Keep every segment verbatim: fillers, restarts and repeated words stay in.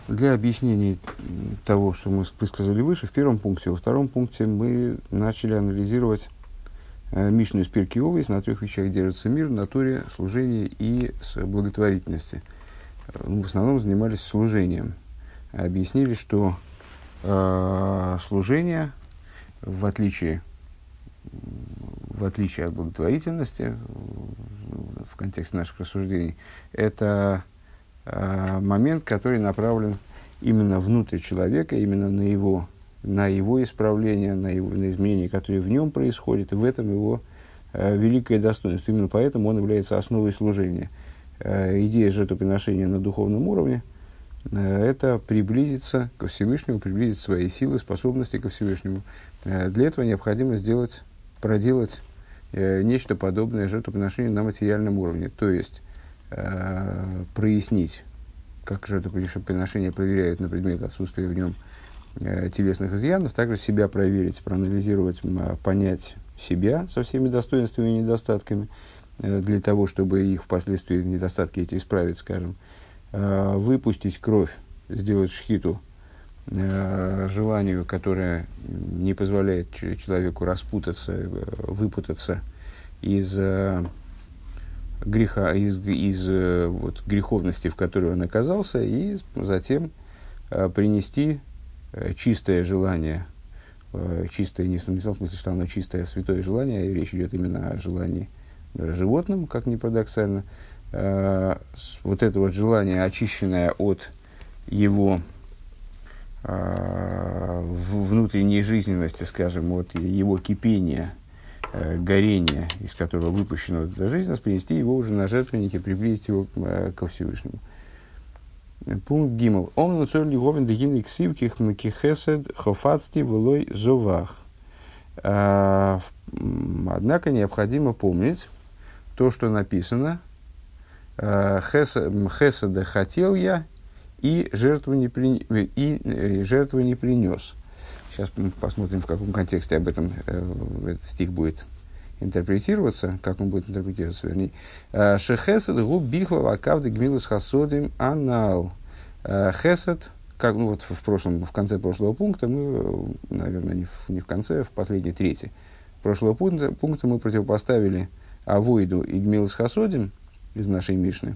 Для объяснения того, что мы высказали выше, в первом пункте, во втором пункте мы начали анализировать э, Мишну из Пиркей Авос: на трех вещах держится мир: на Торе, служении и с благотворительности. Мы в основном занимались служением. Объяснили, что э, служение, в отличие, в отличие от благотворительности, в, в контексте наших рассуждений, это момент, который направлен именно внутрь человека, именно на его, на его исправление, на, его, на изменения, которые в нем происходят, и в этом его э, великое достоинство. Именно поэтому он является основой служения. Э, идея жертвоприношения на духовном уровне э, – это приблизиться ко Всевышнему, приблизить свои силы, способности ко Всевышнему. Э, для этого необходимо сделать, проделать э, нечто подобное жертвоприношению на материальном уровне, то есть прояснить, как жертвоприношения проверяют на предмет отсутствия в нем э, телесных изъянов, также себя проверить, проанализировать, понять себя со всеми достоинствами и недостатками, э, для того, чтобы их впоследствии недостатки эти исправить, скажем, э, выпустить кровь, сделать шхиту э, желанию, которое не позволяет человеку распутаться, э, выпутаться из э, греха, из, из вот, греховности, в которой он оказался, и затем э, принести э, чистое желание, э, чистое, не в том смысле, что оно чистое, а святое желание, и речь идет именно о желании животном, как ни парадоксально, э, вот это вот желание, очищенное от его э, внутренней жизненности, скажем, от его кипения, горение, из которого выпущена эта жизнь, принести его уже на жертвеннике, приблизить его э, ко Всевышнему. Пункт Гимл. Ом нуцор лиговен дегин иксив кихесед хофацти влой зовах. Однако необходимо помнить то, что написано: хеседа хотел я, и жертву не, при... и жертву не принес. Сейчас мы посмотрим, в каком контексте об этом э, этот стих будет интерпретироваться, как он будет интерпретироваться, вернее. Шехесед губ бихла акавды гмилус хасодим анал. Хесед, как, ну вот в прошлом, в конце прошлого пункта, мы, наверное, не в, не в конце, а в последней трети прошлого пункта, пункта мы противопоставили авойду и гмилус хасодим из нашей Мишны.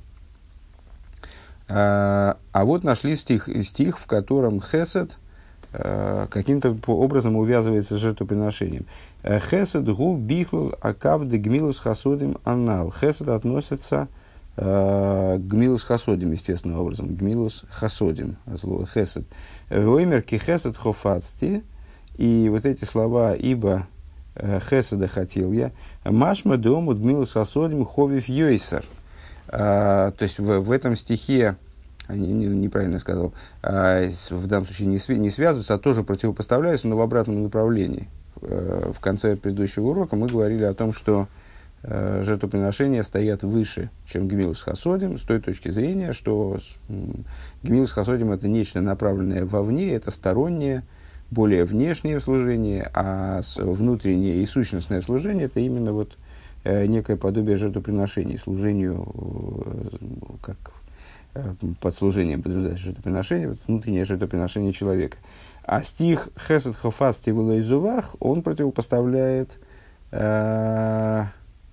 А, а вот нашли стих, стих, в котором хесед каким-то образом увязывается с жертвоприношением. Хесед гу бихл акав де гмилус хасодим анал. Хесед относится э, к гмилус хасодим, естественным образом. Гмилус хасодим, от слова хесед. Воймер ки хесед хофацти. И вот эти слова, ибо э, хеседа хотел я, машма дому гмилус хасодим ховив йойсер. То есть в, в этом стихе, Не, не, неправильно сказал, а, в данном случае не, сви, не связываются, а тоже противопоставляются, но в обратном направлении. Э, в конце предыдущего урока мы говорили о том, что э, жертвоприношения стоят выше, чем гмилус хасодим, с той точки зрения, что гмилус хасодим – это нечто направленное вовне, это стороннее, более внешнее служение, а внутреннее и сущностное служение – это именно вот, э, некое подобие жертвоприношений, служению э, как под служением подразумевается жертвоприношение, вот, внутреннее жертвоприношение человека. А стих «Хесед хофац тивулой зувах» он противопоставляет э,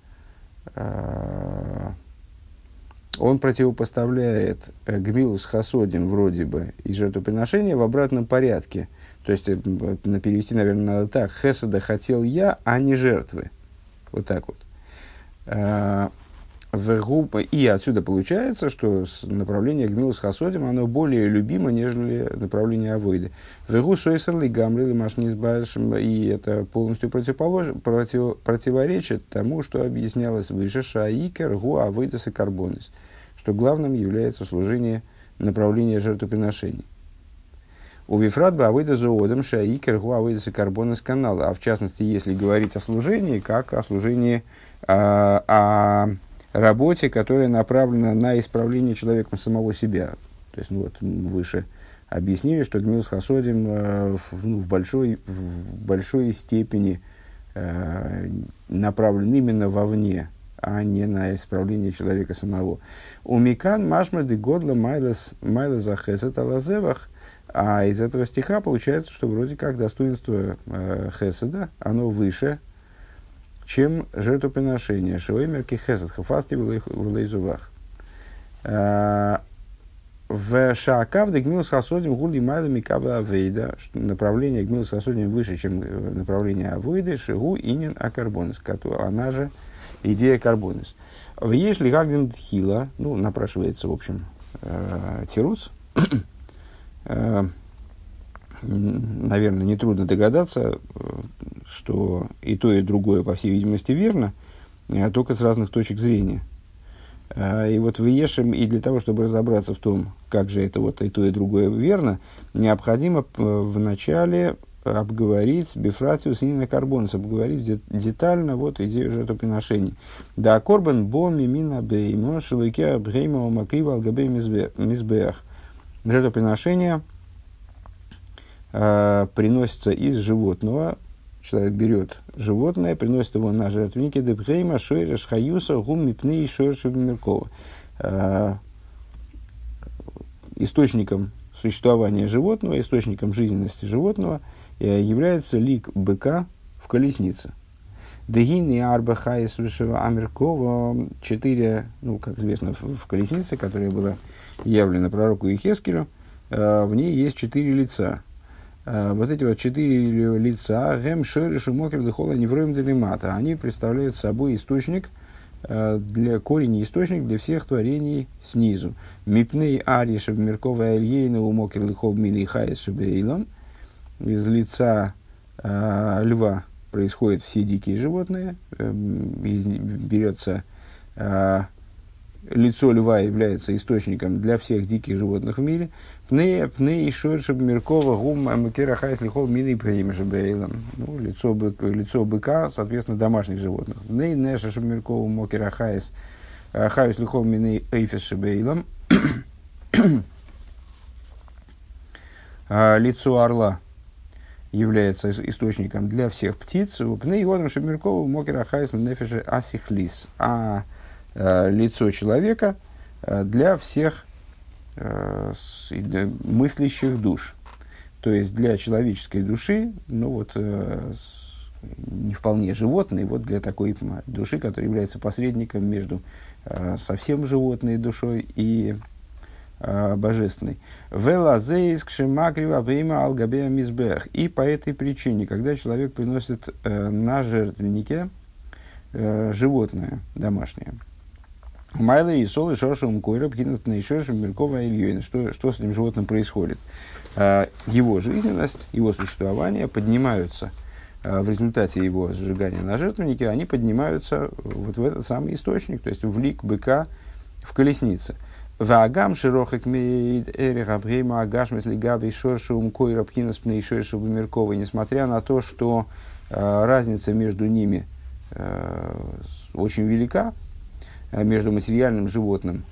э, он противопоставляет э, гмилус хасодим вроде бы и жертвоприношение в обратном порядке. То есть, э, перевести, наверное, надо так: «Хеседа хотел я, а не жертвы». Вот так вот. Э, И отсюда получается, что направление гмилус хасодим оно более любимо, нежели направление авойды. Вегу сойсерли гамрили машнизбаршим, и это полностью против, противоречит тому, что объяснялось выше: шаикер гу авойдес и карбонис, что главным является служение направления жертвоприношений. У вифрат бы авойда зоодам шаикер гу авойдес и карбонис канала. А в частности, если говорить о служении, как о служении а, а, работе, которая направлена на исправление человеком самого себя. То есть, ну вот, выше объяснили, что гмилус хасодим э, в, ну, в, большой, в большой степени э, направлен именно вовне, а не на исправление человека самого. Умикан машмады годла майлас за хесед алазевах. А из этого стиха получается, что вроде как достоинство э, хеседа, оно выше, чем жертвоприношение. Шоэмерки хесед, хафасти в лейзувах. В шаакав де гмилус хасодим гули майла микабла авейда, направление гмилус хасодим выше, чем направление авойды, шигу инин акарбонис, она же идея карбонис. В ешли гагдем тхила, ну, напрашивается, в общем, э, тирус. э, наверное, нетрудно догадаться, что и то, и другое, по всей видимости, верно, только с разных точек зрения. И вот в Ешем, и для того, чтобы разобраться в том, как же это вот и то, и другое верно, необходимо вначале обговорить бифрациус нина карбонус, обговорить детально вот идею жертвоприношений. Да, корбан бон мимина беймо шелуке бгеймо макрива алгабей мизбеах. Жертвоприношение э, приносится из животного. Человек берет животное, приносит его на жертвенники дебгейма шойреш хаюса гум мипны и шойреш бимеркова. Источником существования животного, источником жизненности животного является лик быка в колеснице. Дегин и арба хайс амеркова четыре, ну, как известно, в, в колеснице, которая была явлена пророку Иехескелю, в ней есть четыре лица. Вот эти вот четыре лица, гэм, шойрешу, мокер, дыхола, невроем, делимата, они представляют собой источник, для, корень и источник для всех творений снизу. Мипней ари шабмиркова альейна у мокер, дыхол, мили, хайс, шабейлон. Из лица э, льва происходят все дикие животные, э, из, берется э, лицо льва является источником для всех диких животных в мире. Пней, пней, шоршеб, миркова, гум, амукера, хайс, лихол, мили, преимшебейлом. Ну, лицо, бык, лицо быка, соответственно, домашних животных. Пней, нешешеб, миркова, мокера, хайс, хайс, лихол, мили, эйфешебейлом. Лицо орла является источником для всех птиц. Пней, водом, шебмиркова, мокера, хайс, нефеше, асихлис. А э, лицо человека э, для всех мыслящих душ, то есть для человеческой души, ну вот э, не вполне животной, вот для такой души, которая является посредником между э, совсем животной душой и э, божественной. Велазейск шемакрива вейма алгабея мизбех. И по этой причине, когда человек приносит э, на жертвеннике э, животное домашнее, Майла и солы шоршем койра пхинат на шоршем миркова ильёйна. Что, что с этим животным происходит? А, его жизненность, его существование поднимаются а, в результате его сжигания на жертвеннике, они поднимаются вот в этот самый источник, то есть в лик быка в колеснице. Ваагам широхек мейд эрих абгейма агаш если габи шоршем койра пхинат пней шоршем миркова. Несмотря на то, что а, разница между ними а, очень велика, между материальным животным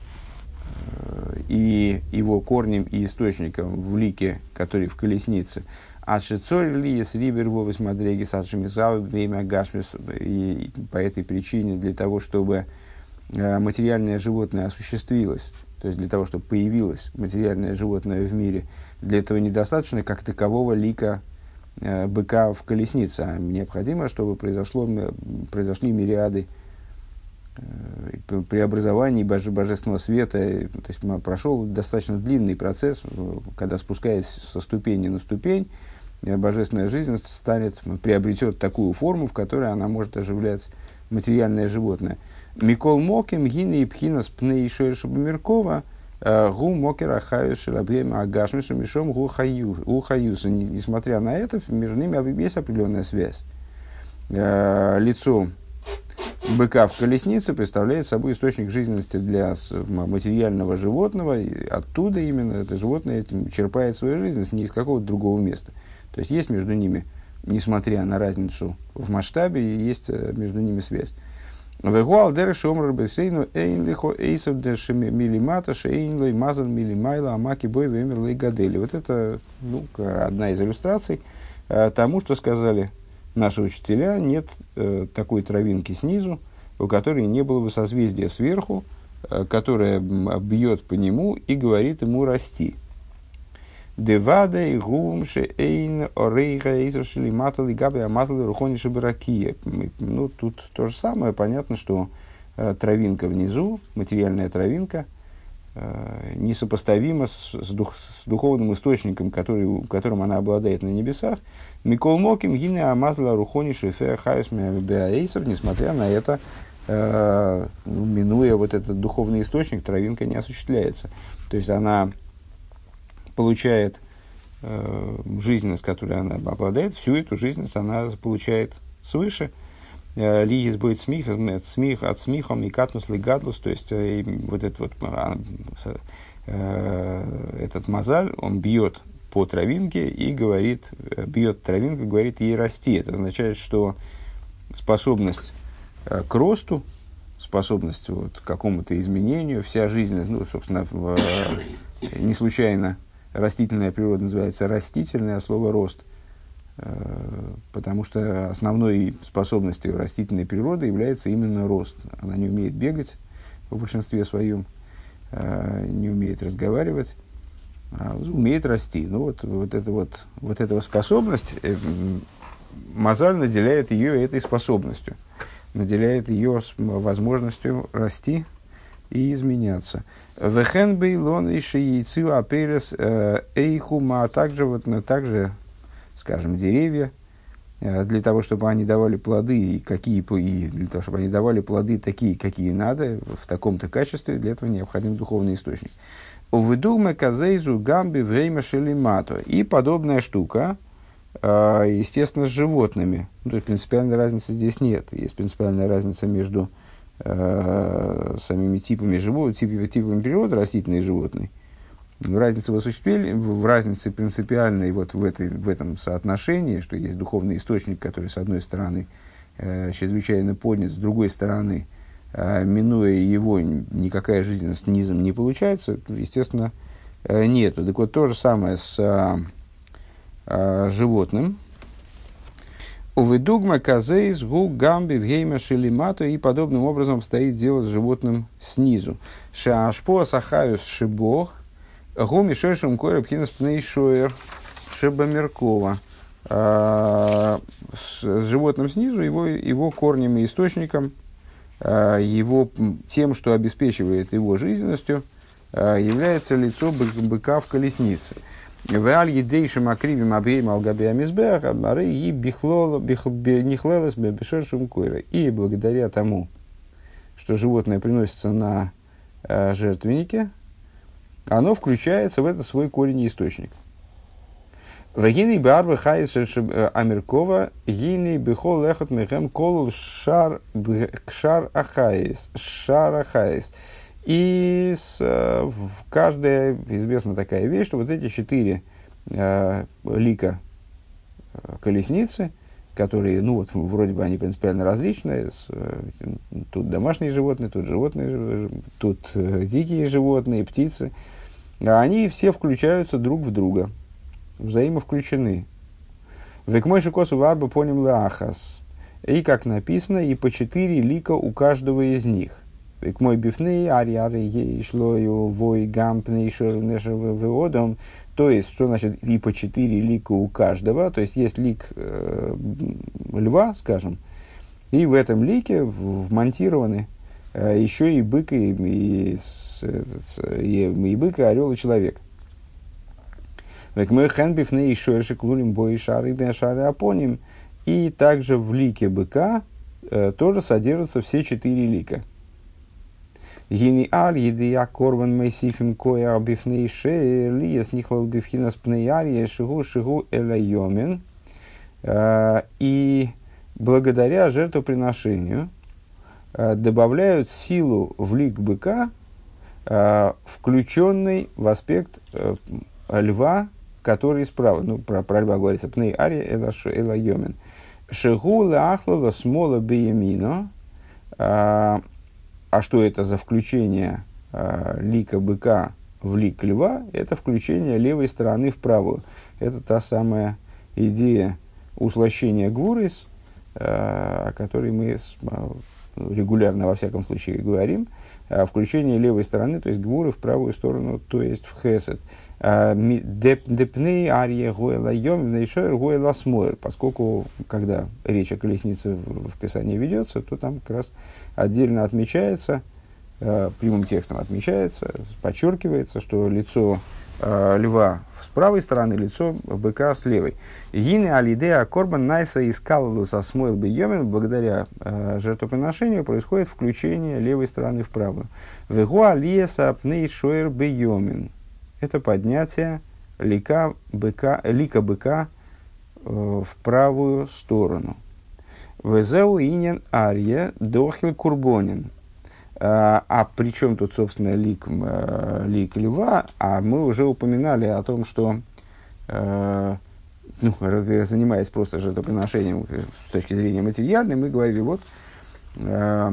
э, и его корнем и источником в лике, который в колеснице. А шицорь ли с рибер вовес мадреги садшимизау время гашмис. И по этой причине, для того, чтобы э, материальное животное осуществилось, то есть для того, чтобы появилось материальное животное в мире, для этого недостаточно как такового лика э, быка в колеснице. А необходимо, чтобы произошло, произошли мириады преобразований боже, божественного света. То есть прошел достаточно длинный процесс, когда, спускаясь со ступени на ступень, божественная жизнь станет, приобретет такую форму, в которой она может оживлять материальное животное. Микол моким гини и пхинас пней шойшабамиркова гу мокера хаюс шелабрема агашмису мишом гу хаюса. Несмотря на это, между ними есть определенная связь. Лицо быка в колеснице представляет собой источник жизненности для материального животного, и оттуда именно это животное черпает свою жизненность не из какого-то другого места. То есть есть между ними, несмотря на разницу в масштабе, есть между ними связь. Вот это ну, одна из иллюстраций тому, что сказали наши учителя: нет э, такой травинки снизу, у которой не было бы созвездия сверху, которое бьет по нему и говорит ему расти. Девада и гумше эйн орейга изавшили матали габи амазали рухониши баракия. Ну, тут то же самое. Понятно, что травинка внизу, материальная травинка, несопоставима с, с, дух, с духовным источником, который, которым она обладает на небесах. Микол Моким гине амазла рухониши феахайс беаэйсов. Несмотря на это, э, минуя вот этот духовный источник, травинка не осуществляется. То есть она получает э, жизненность, которой она обладает, всю эту жизненность она получает свыше. Лигис будет смех, смех от смехом и катнус лигадлус, то есть э, вот этот вот э, этот мазаль, он бьет по травинке и говорит, бьет травинку и говорит ей расти. Это означает, что способность э, к росту, способность вот, к какому-то изменению, вся жизнь, ну, собственно, в, э, не случайно растительная природа называется растительное, а слово рост. Потому что основной способностью растительной природы является именно рост. Она не умеет бегать в большинстве своем, не умеет разговаривать, а умеет расти. Ну, вот, вот, это вот, вот эта способность, Мазаль наделяет ее этой способностью, наделяет ее возможностью расти и изменяться. Вехенбей лон иши яйцу аперес эйхума, а также вот также, скажем, деревья, для того, чтобы они давали плоды, и какие, и для того, чтобы они давали плоды такие, какие надо, в таком-то качестве, для этого необходим духовный источник. Увыдугме казейзу гамби время шелимато. И подобная штука, естественно, с животными. Ну, то есть принципиальной разницы здесь нет. Есть принципиальная разница между э, самими типами животных, типами, типами природы, растительной и животной. Разница в осуществлении, в разнице принципиальной вот в, этой, в этом соотношении, что есть духовный источник, который, с одной стороны, э, чрезвычайно поднят, с другой стороны, э, минуя его, никакая жизненность низом не получается, естественно, э, нету. Так вот, то же самое с э, э, животным. Уведугма казейс гу гамби вгейма шелимато, и подобным образом обстоит дело с животным снизу. Шаашпо сахаюс шибох, Гуми шойшум койра пхинас пней шоер шебамеркова. С животным снизу, его, его корнем и источником, его, тем, что обеспечивает его жизненностью, является лицо быка в колеснице. Веаль едейшим акривим обеим алгабиамизбех, ары и бихлелес бешершум койра. И благодаря тому, что животное приносится на жертвеннике, оно включается в этот свой корень и источник. Вагины барбы хайс амиркова гины бихол лехот мехем кол шар шар ахайс шар ахайс. И с, в каждая известна такая вещь, что вот эти четыре э, лика колесницы, которые, ну вот, вроде бы они принципиально различные, с, тут домашние животные, тут животные, тут э, дикие животные, птицы, они все включаются друг в друга, взаимовключены. Векмойши косу варба поним лахас. И, как написано, и по четыре лика у каждого из них. Векмой бифны, ари ари ей шлою вой гампны шернешеводом. То есть, что значит и по четыре лика у каждого? То есть, есть лик э, льва, скажем, и в этом лике вмонтированы э, еще и бык, и, и, и, и бык, и орел, и человек. Векмой хэнбифны и шойшик лулим бой шары бен шары апоним. И также в лике быка э, тоже содержатся все четыре лика. Гини аль едия корван мейсифим коя бифны ше лиес нихлал бифхинас пнеярия шигу шигу элайомен. И благодаря жертвоприношению э, добавляют силу в лик быка, э, включенный в аспект э, льва, который справа. Ну, про, про льва говорится пней ария элайомен. Шигу лахлала смола беямино. А что это за включение э, лика быка в лик льва? Это включение левой стороны в правую. Это та самая идея услощения гвурис, э, о которой мы с, э, регулярно, во всяком случае, говорим, включение левой стороны, то есть гвуры в правую сторону, то есть в хесед. Депней арье гойла йом нейшер гойла смоэр. Поскольку, когда речь о колеснице в, в Писании ведется, то там как раз отдельно отмечается, прямым текстом отмечается, подчеркивается, что лицо э, льва с правой стороны, лицо быка с левой. Гины алидея корбан найса искал со смойл бейомен, благодаря э, жертвоприношению происходит включение левой стороны в правую. Вегуа лиеса пней шоер бейомен. Это поднятие лика быка, лика быка э, в правую сторону. Везеу инен арье дохил курбонин. А, а при чем тут, собственно, лик, лик льва? А мы уже упоминали о том, что, э, ну, занимаясь просто жертвоприношением с точки зрения материальной, мы говорили, вот, э,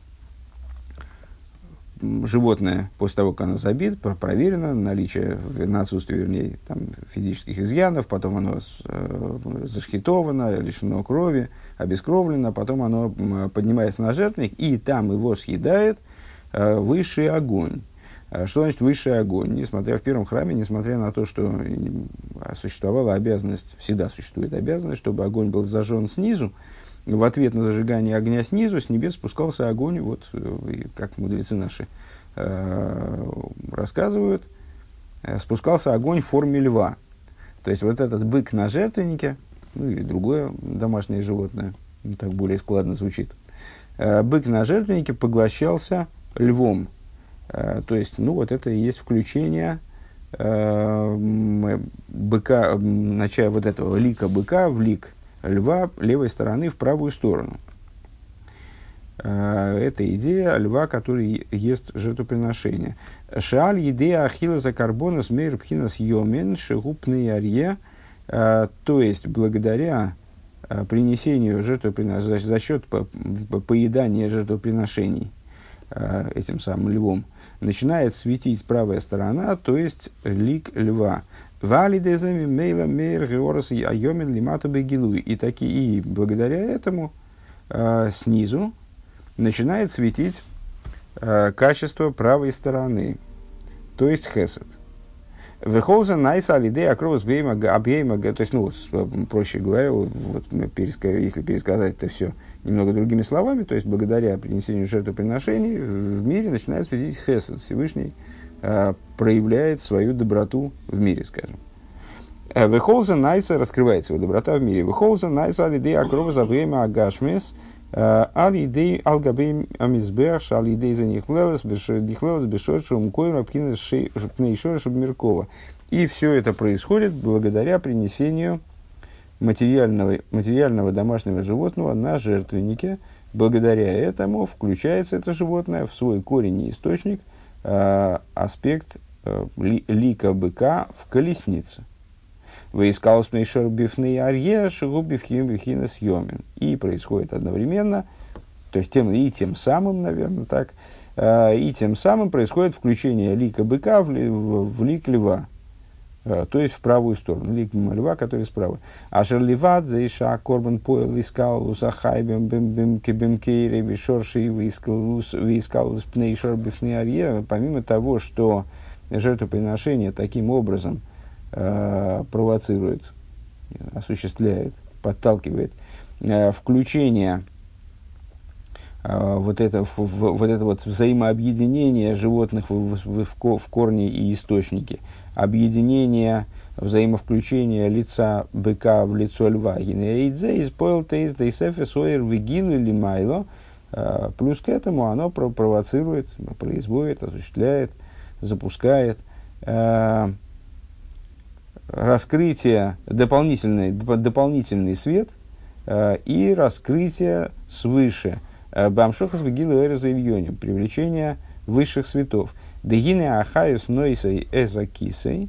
животное, после того, как оно забито, проверено, наличие, на отсутствие, вернее, там, физических изъянов, потом оно э, зашхитовано, лишено крови, обескровлено, потом оно поднимается на жертвенник, и там его съедает э, высший огонь. Что значит высший огонь? Несмотря в первом храме, несмотря на то, что существовала обязанность, всегда существует обязанность, чтобы огонь был зажжен снизу, в ответ на зажигание огня снизу с небес спускался огонь, вот, как мудрецы наши э, рассказывают, э, спускался огонь в форме льва. То есть вот этот бык на жертвеннике, ну и другое домашнее животное, так более складно звучит, э, бык на жертвеннике поглощался львом. Э, то есть, ну вот это и есть включение э, быка, начало вот этого лика быка в лик льва левой стороны в правую сторону. Это идея льва, который ест жертвоприношение. Шааль идея ахилла за карбонус мейр пхинас йомен шегупный арье. То есть, благодаря принесению жертвоприношений, за, за счет по, по, поедания жертвоприношений этим самым львом, начинает светить правая сторона, то есть лик льва. И таки, и благодаря этому э, снизу начинает светить э, качество правой стороны, то есть хесед. Вехолза найса алидея акровус бейма объема, то есть, ну, проще говоря, вот, если пересказать это все немного другими словами, то есть, благодаря принесению жертвоприношений в мире начинает светить хесед. Всевышний э, проявляет свою доброту в мире, скажем. Вехолза найса, раскрывается его доброта в мире. Вехолза найса алидея акровус объема агашмес алидей алгабейм амизбех алидей за нихлелес нихлелес бешоршу умкоем апкинес шейшоршу бмиркова. И все это происходит благодаря принесению материального, материального домашнего животного на жертвеннике. Благодаря этому включается это животное в свой корень и источник, э, аспект э, ли, лика быка в колеснице. Выискалось мейшор бифный арье шигубивхим бифхинес йомин. И происходит одновременно, то есть тем, и тем самым, наверное, так, э, и тем самым происходит включение лика быка в, в, в лик льва, э, то есть в правую сторону, лик льва, который справа. А шерливат заиша корбан поел искал усахай бим бим бим кибим кейре вишорши выискал пнейшор бифный арье. Помимо того, что жертвоприношение таким образом провоцирует, осуществляет, подталкивает э, включение э, вот, это, в, в, вот это вот взаимообъединение животных в, в, в, в корне и источнике, объединение, взаимовключение лица быка в лицо льва. Плюс к этому оно провоцирует, производит, осуществляет, запускает э, раскрытие, дополнительный, дополнительный свет э, и раскрытие свыше. Бамшохас вегилу эреза ильоним, привлечение высших светов. Дегине ахаюс нойсей эзакисей,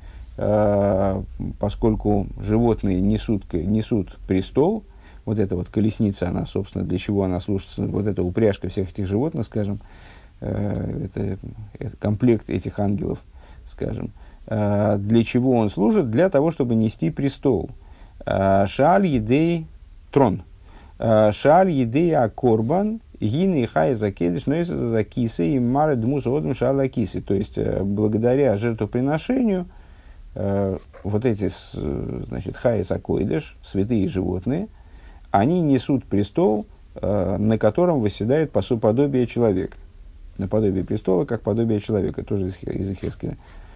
поскольку животные несут, несут престол, вот эта вот колесница, она, собственно, для чего она служит, вот эта упряжка всех этих животных, скажем, э, это, это комплект этих ангелов, скажем, для чего он служит? Для того, чтобы нести престол. Шааль едей трон. Шааль едей акорбан Гины и хай закидыш, но если за кисы и мары дмус одм шарла кисы. То есть, благодаря жертвоприношению, вот эти, значит, хай закидыш, святые животные, они несут престол, на котором восседает подобие человека. Наподобие престола, как подобие человека, тоже из Ихескеля.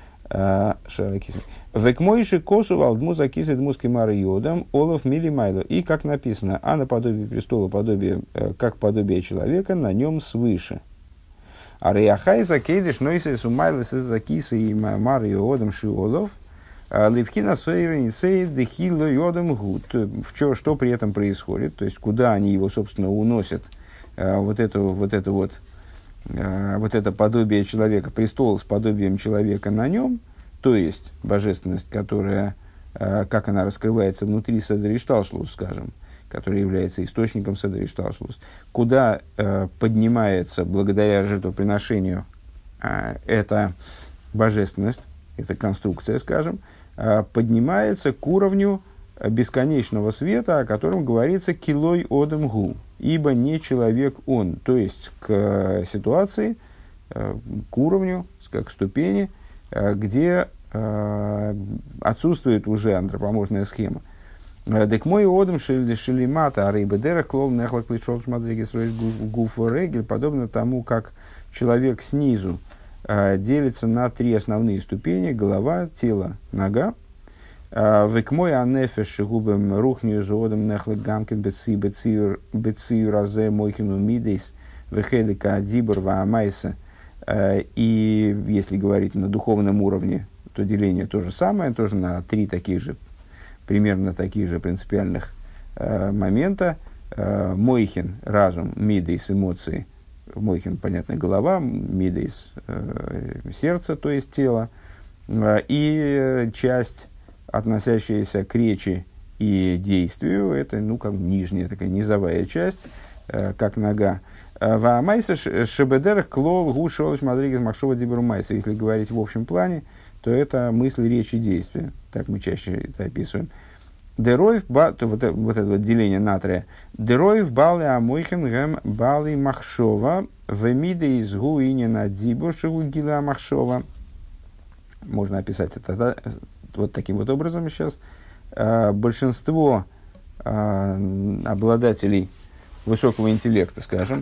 Векмойши косу валдму закисы дмуски мары йодам олов мили майло. И как написано, а наподобие престола, подобие, как подобие человека, на нем свыше. А реяхай закейдиш нойсес умайлес из закисы и мары йодам шиолов. Левкина сойрен сейв дехило йодам гуд. Что при этом происходит? То есть, куда они его, собственно, уносят? Вот это вот, это вот вот это подобие человека, престол с подобием человека на нем, то есть божественность, которая, как она раскрывается внутри Седер Ишталшлус, скажем, которая является источником Седер Ишталшлус, куда поднимается благодаря жертвоприношению эта божественность, эта конструкция, скажем, поднимается к уровню бесконечного света, о котором говорится «килой одам гу», ибо не человек он, то есть к ситуации, к уровню, к ступени, где отсутствует уже антропоморфная схема. Дек мой одам шелимата арейбедера клол нехлак лишов шмадригис гуфо регель, подобно тому, как человек снизу делится на три основные ступени: голова, тело, нога. Век мой анефеш шигубем рухнию зоодом нехлак гамкин беци бецию разе мойхину мидейс вехелика дибр ваамайса. И если говорить на духовном уровне, то деление то же самое, тоже на три таких же, примерно таких же принципиальных э, момента. Э, мойхин – разум, мидейс – эмоции. Мойхин, понятно, голова, мидейс э, – сердце, то есть тело. Э, и часть, относящаяся к речи и действию, это, ну, как нижняя, такая низовая часть, э, как нога. Ваамайса шебедер клол гушолыш мадригес махшова дибру майса. Если говорить в общем плане, то это мысль, речь и действие. Так мы чаще это описываем. Дероев, вот, вот это вот деление натрия. Дероев бали амойхен гэм бали махшова вемиде из гуинина дибур шигугила махшова. Можно описать это вот таким вот образом сейчас. Большинство обладателей высокого интеллекта, скажем,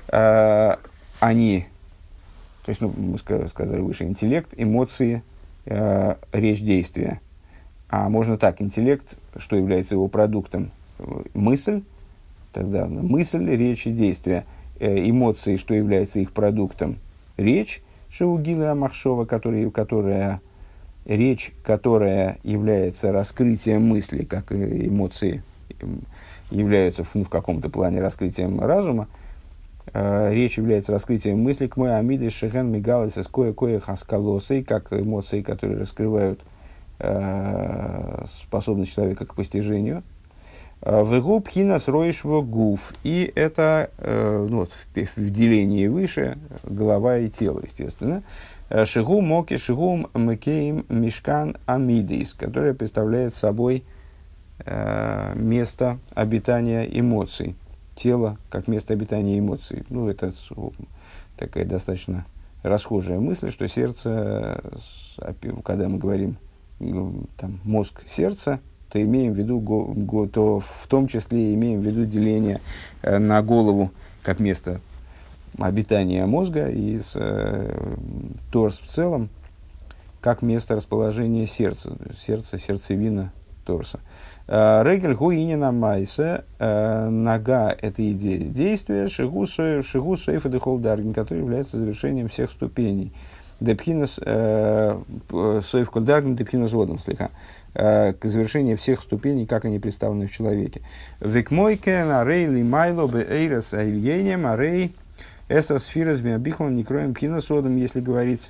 они, то есть, ну, мы сказали выше, интеллект, эмоции, э, речь, действия. А можно так, интеллект, что является его продуктом? Мысль, тогда мысль, речь и действие. Э, эмоции, что является их продуктом? Речь, Шаугила Амахшова, которая, которая, речь, которая является раскрытием мысли, как и эмоции являются ну, в каком-то плане раскрытием разума. Э, речь является раскрытием мысли к мой амиды шехен мигалис из кое-кое хаскалосой, как эмоции, которые раскрывают э, способность человека к постижению. Вегу пхинас роишво гуф. И это э, ну, вот, в, в делении выше голова и тело, естественно. Шигу моки шигу макеим мишкан амидис, которая представляет собой место обитания эмоций. Тело как место обитания эмоций. Ну, это такая достаточно расхожая мысль, что сердце, когда мы говорим там, мозг сердца, то имеем в виду, го, го, то в том числе имеем в виду деление на голову как место обитания мозга и с, э, торс в целом как место расположения сердца. Сердце, сердцевина торса. Регель гуинина майса, нога – это идея действия, шигу соев и дехолдаргин, который является завершением всех ступеней. Депхинас соев колдаргин, депхинас водом слегка. К завершению всех ступеней, как они представлены в человеке. Векмойке на рей лимайло бе эйрес айльенем, а рей эса сфирас биобихлом не кроем пхинасодом. Если говорить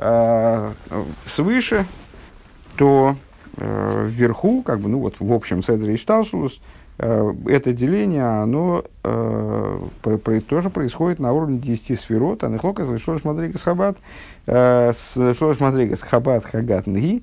свыше, то вверху, как бы, ну вот, в общем, Седер Ишталшус, э, это деление, оно э, про, про, тоже происходит на уровне десяти сферот, а нехлока шлош мадригас хабат, шлош мадригас хабат хагат нги,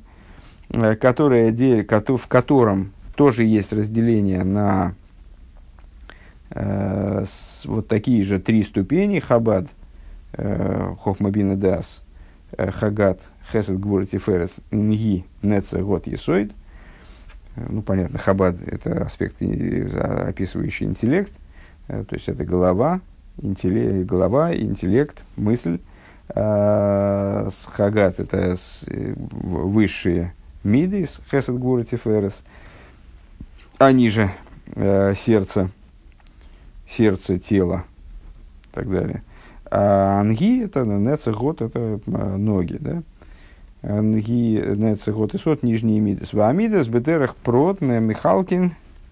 которое, в котором тоже есть разделение на э, с, вот такие же три ступени: Хабад, э, Хохма Бина Дас, э, Хагат, Хесед Гвура Тиферес, Нги, Нецех Гот Есоид. Ну, понятно, Хабад – это аспект, описывающий интеллект, э, то есть это голова, интеллект, голова, интеллект, мысль. А, с Хагат – это с, высшие миды, с Хесед Гвура Тиферес, они же э, сердце, сердце, тело и так далее. А Анги – это Нецех Гот, это э, ноги, да? Анги, Нецех Гот и Сот, нижние мидес. Ваамидес, Бетерах, Прот, Михалкин,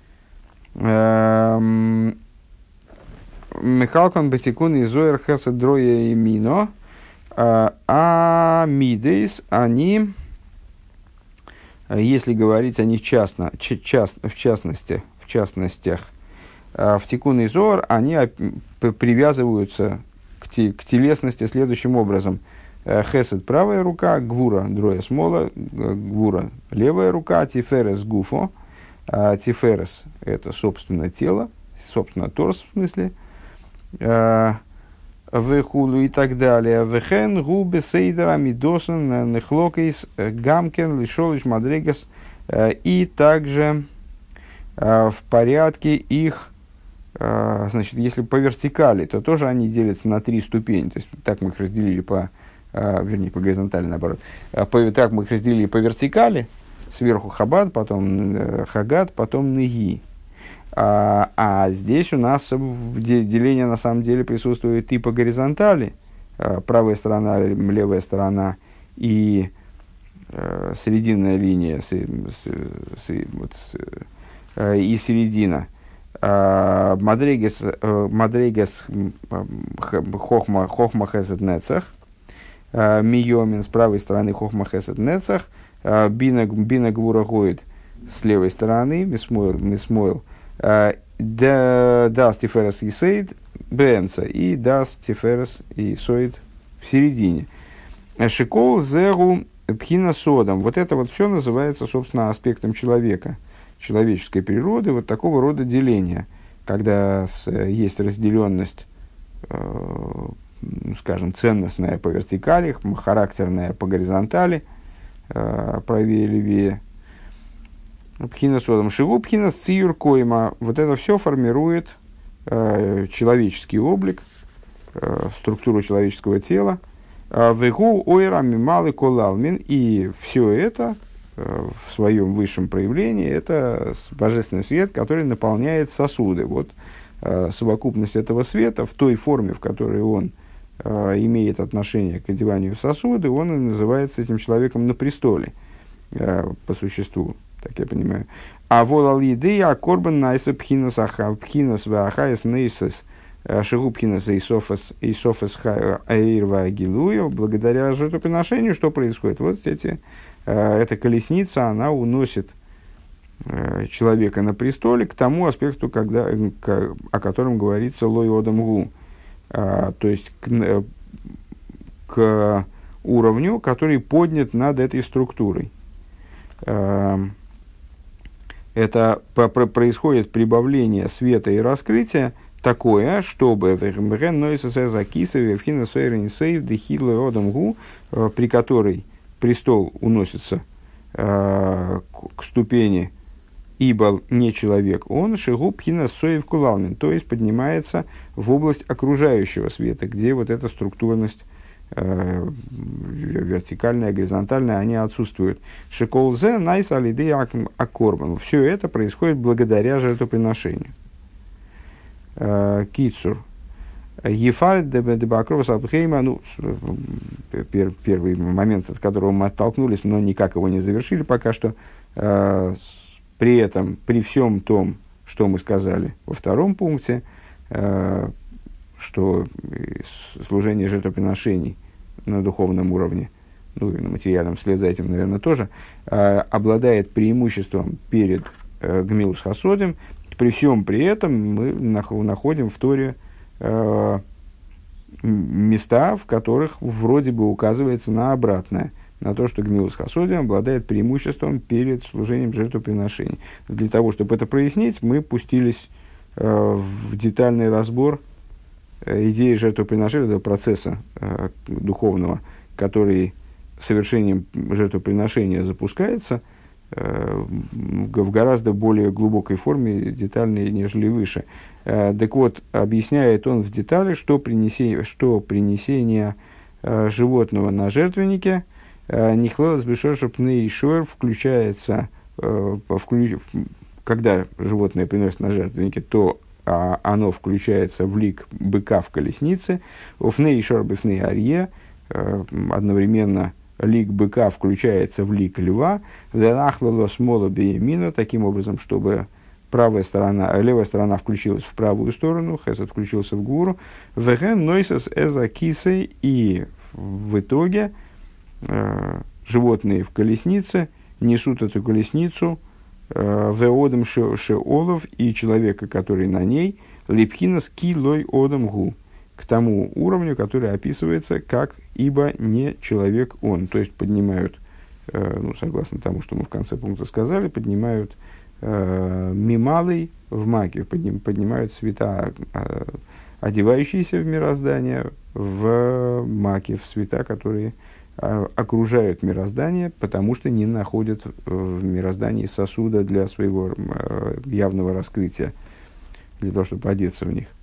Михалкин, Бетикун, Изоэр, Хесед, Дроя и Мино. А мидес, они, если говорить о них частно, част, в частности, в частностях, в Тикун и Зор, они привязываются к, те, к телесности следующим образом. Хесед – правая рука, Гвура – дроя смола, Гвура – левая рука, Тиферес – гуфо, Тиферес – это, собственно, тело, собственно, торс, в смысле, Вехулу и так далее. Вехен губе сейдера мидосан нехлокейс гамкен лишолиш мадрегас. И также в порядке их, значит, если по вертикали, то тоже они делятся на три ступени. То есть так мы их разделили по, вернее, по горизонтали, наоборот. По, так мы их разделили по вертикали. Сверху Хабад, потом Хагат, потом Неги. А, а здесь у нас деление на самом деле присутствует и по горизонтали, правая сторона, левая сторона и э, срединная линия с, с, с, вот, с, э, и середина. А, Мадрегес, э, Мадрегес Хохма, Хохма Хесед Нецах, Миомин с правой стороны Хохма Хесед Нецах, Бина, Бина Гвура Гоид с левой стороны, Мисмойл, Мисмойл, Дас Тиферес и Сейд Бэмца и Дас Тиферес и Сойд в середине. Шикол Зеру Пхина Содом. Вот это вот все называется, собственно, аспектом человека, человеческой природы, вот такого рода деления, когда с, есть разделенность, э, скажем, ценностная по вертикали, характерная по горизонтали, э, правее, левее. Пхина содом шигу, пхина циюр койма. Вот это все формирует э, человеческий облик, э, структуру человеческого тела. Вегу ойрами малый колалмин. И все это э, в своем высшем проявлении это божественный свет, который наполняет сосуды. Вот э, совокупность этого света в той форме, в которой он э, имеет отношение к одеванию в сосуды, он и называется этим человеком на престоле э, по существу. Так я понимаю. А волал еды, а корбан найса пхинас аха, пхинас вахаес нейсес, шигу пхинас эйсофес, эйсофес аирва агилуя. Благодаря жертвоприношению что происходит? Вот эти, эта колесница, она уносит человека на престоле к тому аспекту, когда, к, о котором говорится лой одам гу. То есть к, к уровню, который поднят над этой структурой. Это происходит прибавление света и раскрытия такое, чтобы при которой престол уносится э, к ступени ибо не человек, он шигу пхина соев кулалмин, то есть поднимается в область окружающего света, где вот эта структурность э, вертикальная, горизонтальная, они отсутствуют. Шиколзе найс алиды акорбан. Все это происходит благодаря жертвоприношению. Кицур. Ефар дебакрова сабхейма, ну, пер, первый момент, от которого мы оттолкнулись, но никак его не завершили пока что. Э, при этом, при всем том, что мы сказали во втором пункте, э, что служение жертвоприношений на духовном уровне, ну и на материальном, вслед за этим, наверное, тоже, э, обладает преимуществом перед э, Гмилус Хасодим. При всем при этом мы нах- находим в Торе э, места, в которых вроде бы указывается на обратное, на то, что Гмилус Хасодим обладает преимуществом перед служением жертвоприношений. Для того, чтобы это прояснить, мы пустились в детальный разбор идеи жертвоприношения, этого процесса духовного, который совершением жертвоприношения запускается в гораздо более глубокой форме, детальной, нежели выше. Так вот, объясняет он в детали, что принесение, что принесение животного на жертвеннике нихлелас бешоша пней шор включается, когда животное приносит на жертвеннике, то оно включается в лик быка в колеснице, офней шор бифней арье, одновременно лик быка включается в лик льва, таким образом, чтобы правая сторона, левая сторона включилась в правую сторону, хесед включился в гуру, веген нойсес эза кисой, и в итоге э, животные в колеснице несут эту колесницу веодом э, шеолов и человека, который на ней, липхинас килой одам гу, к тому уровню, который описывается как «ибо не человек он». То есть поднимают, э, ну, согласно тому, что мы в конце пункта сказали, поднимают э, мималый в маке, подним, поднимают света, э, одевающиеся в мироздание, в маке, в света, которые э, окружают мироздание, потому что не находят в мироздании сосуда для своего э, явного раскрытия, для того, чтобы одеться в них.